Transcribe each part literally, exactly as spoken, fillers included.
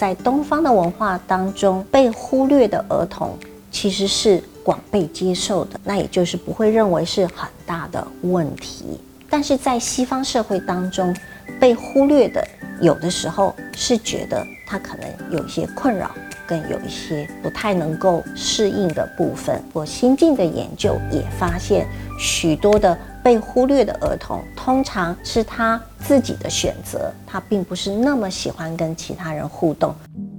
在东方的文化当中，被忽略的儿童其实是广被接受的，那也就是不会认为是很大的问题。但是在西方社会当中，被忽略的有的时候是觉得他可能有一些困扰，跟有一些不太能够适应的部分。我新近的研究也发现，许多的被忽略的儿童通常是他自己的选择，他并不是那么喜欢跟其他人互动。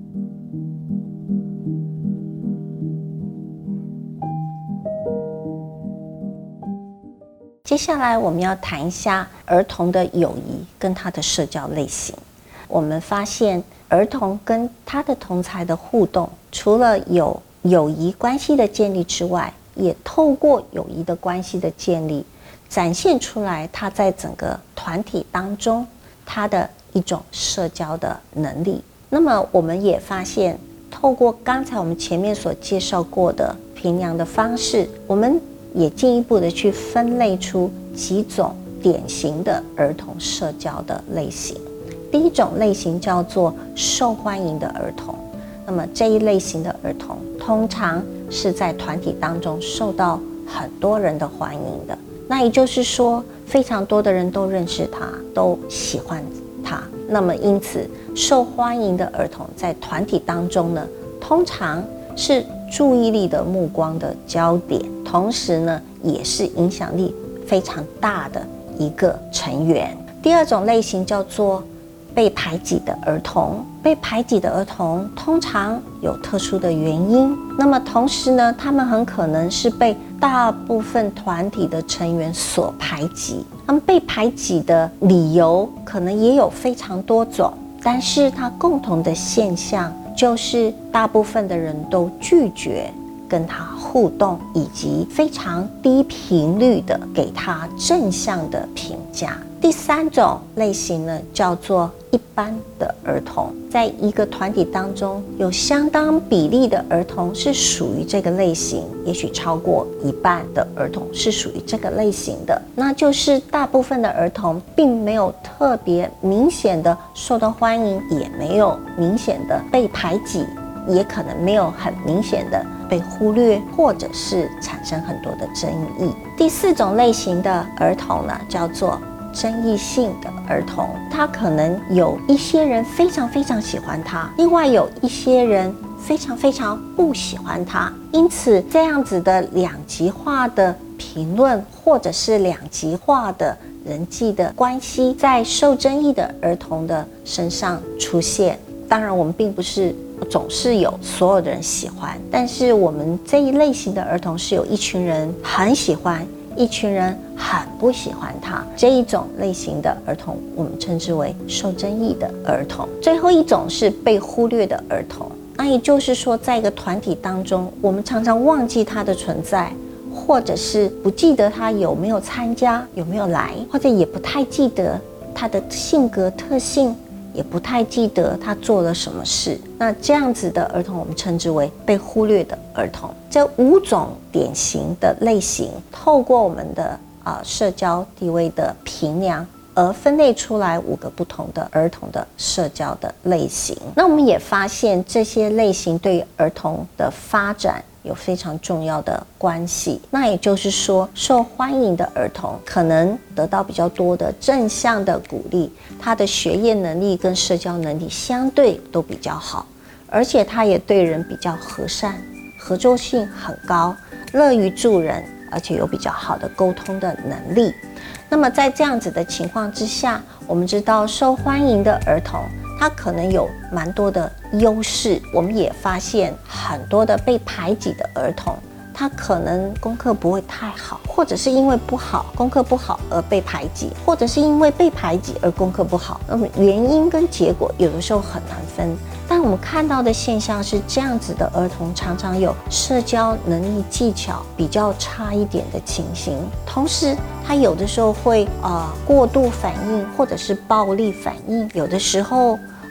接下来我们要谈一下儿童的友谊跟他的社交类型。我们发现儿童跟他的同侪的互动，除了有友谊关系的建立之外，也透过友谊的关系的建立，展现出来他在整个团体当中他的一种社交的能力。那么我们也发现，透过刚才我们前面所介绍过的评量的方式，我们也进一步的去分类出几种典型的儿童社交的类型。第一种类型叫做受欢迎的儿童，那么这一类型的儿童通常是在团体当中受到很多人的欢迎的，那也就是说非常多的人都认识他，都喜欢他。那么因此受欢迎的儿童在团体当中呢，通常是注意力的目光的焦点，同时呢也是影响力非常大的一个成员。第二种类型叫做被排挤的儿童。被排挤的儿童通常有特殊的原因，那么同时呢，他们很可能是被大部分团体的成员所排挤。他们被排挤的理由可能也有非常多种，但是它共同的现象就是大部分的人都拒绝跟他互动，以及非常低频率的给他正向的评价。第三种类型呢，叫做一般的儿童。在一个团体当中，有相当比例的儿童是属于这个类型，也许超过一半的儿童是属于这个类型的。那就是大部分的儿童并没有特别明显的受到欢迎，也没有明显的被排挤，也可能没有很明显的被忽略，或者是产生很多的争议。第四种类型的儿童呢，叫做争议性的儿童。他可能有一些人非常非常喜欢他，另外有一些人非常非常不喜欢他，因此这样子的两极化的评论，或者是两极化的人际的关系，在受争议的儿童的身上出现。当然我们并不是总是有所有的人喜欢，但是我们这一类型的儿童是有一群人很喜欢，一群人很不喜欢他。这一种类型的儿童我们称之为受争议的儿童。最后一种是被忽略的儿童，那也就是说在一个团体当中，我们常常忘记他的存在，或者是不记得他有没有参加，有没有来，或者也不太记得他的性格特性，也不太记得他做了什么事。那这样子的儿童我们称之为被忽略的儿童。这五种典型的类型透过我们的、呃、社交地位的评量而分类出来五个不同的儿童的社交的类型。那我们也发现这些类型对于儿童的发展有非常重要的关系。那也就是说，受欢迎的儿童可能得到比较多的正向的鼓励，他的学业能力跟社交能力相对都比较好，而且他也对人比较和善，合作性很高，乐于助人，而且有比较好的沟通的能力。那么在这样子的情况之下，我们知道受欢迎的儿童他可能有蛮多的优势。我们也发现很多的被排挤的儿童，他可能功课不会太好，或者是因为不好功课不好而被排挤，或者是因为被排挤而功课不好。那么原因跟结果有的时候很难分，但我们看到的现象是，这样子的儿童常常有社交能力技巧比较差一点的情形，同时他有的时候会呃过度反应，或者是暴力反应，有的时候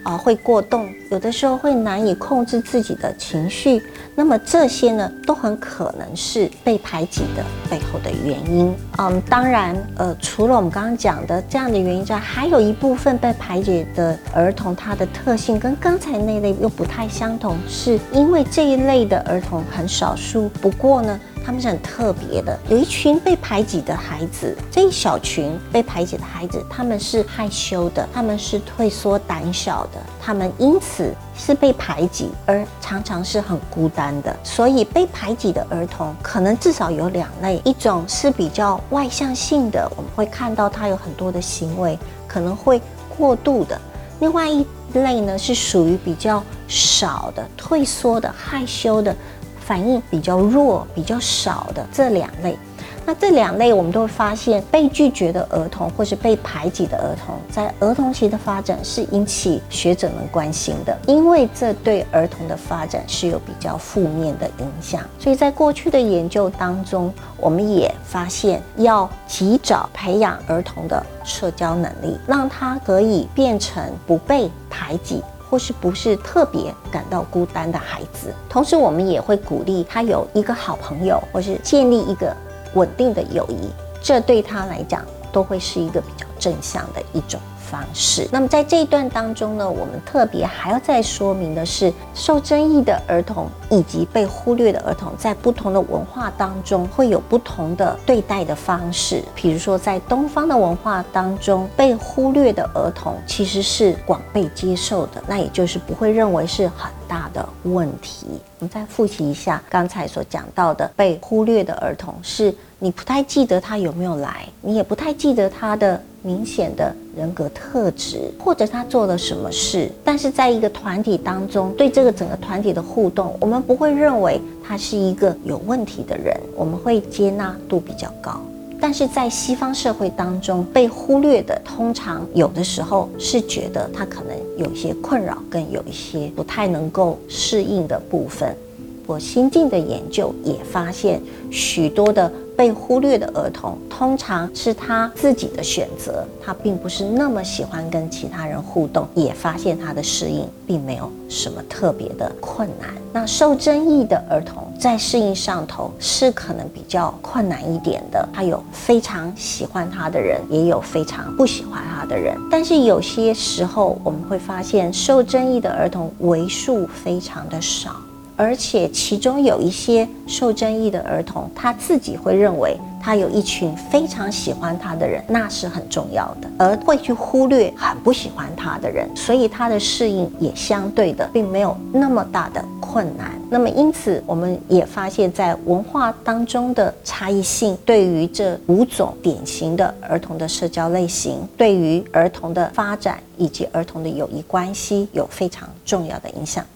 啊、会过动，有的时候会难以控制自己的情绪，那么这些呢都很可能是被排挤的背后的原因。嗯，当然，呃，除了我们刚刚讲的这样的原因之外，还有一部分被排挤的儿童，他的特性跟刚才那类又不太相同，是因为这一类的儿童很少数，不过呢，他们是很特别的，有一群被排挤的孩子，这一小群被排挤的孩子，他们是害羞的，他们是退缩胆小的，他们因此是被排挤，而常常是很孤单的。所以被排挤的儿童可能至少有两类，一种是比较外向性的，我们会看到他有很多的行为可能会过度的；另外一类呢是属于比较少的、退缩的、害羞的，反应比较弱、比较少的这两类。那这两类我们都会发现，被拒绝的儿童或是被排挤的儿童，在儿童期的发展是引起学者们关心的，因为这对儿童的发展是有比较负面的影响。所以在过去的研究当中，我们也发现要及早培养儿童的社交能力，让他可以变成不被排挤或是不是特别感到孤单的孩子。同时我们也会鼓励他有一个好朋友，或是建立一个稳定的友谊，这对他来讲都会是一个比较正向的一种方式。那么在这一段当中呢，我们特别还要再说明的是，受争议的儿童以及被忽略的儿童在不同的文化当中会有不同的对待的方式。比如说在东方的文化当中，被忽略的儿童其实是广被接受的，那也就是不会认为是很大的问题。我们再复习一下刚才所讲到的，被忽略的儿童是你不太记得他有没有来，你也不太记得他的明显的人格特质，或者他做了什么事，但是在一个团体当中，对这个整个团体的互动，我们不会认为他是一个有问题的人，我们会接纳度比较高。但是在西方社会当中，被忽略的通常有的时候是觉得他可能有一些困扰，跟有一些不太能够适应的部分。我新近的研究也发现，许多的被忽略的儿童通常是他自己的选择，他并不是那么喜欢跟其他人互动，也发现他的适应并没有什么特别的困难。那受争议的儿童在适应上头是可能比较困难一点的，他有非常喜欢他的人，也有非常不喜欢他的人。但是有些时候我们会发现，受争议的儿童为数非常的少，而且其中有一些受争议的儿童，他自己会认为他有一群非常喜欢他的人，那是很重要的，而会去忽略很不喜欢他的人，所以他的适应也相对的并没有那么大的困难。那么因此我们也发现，在文化当中的差异性对于这五种典型的儿童的社交类型，对于儿童的发展以及儿童的友谊关系有非常重要的影响。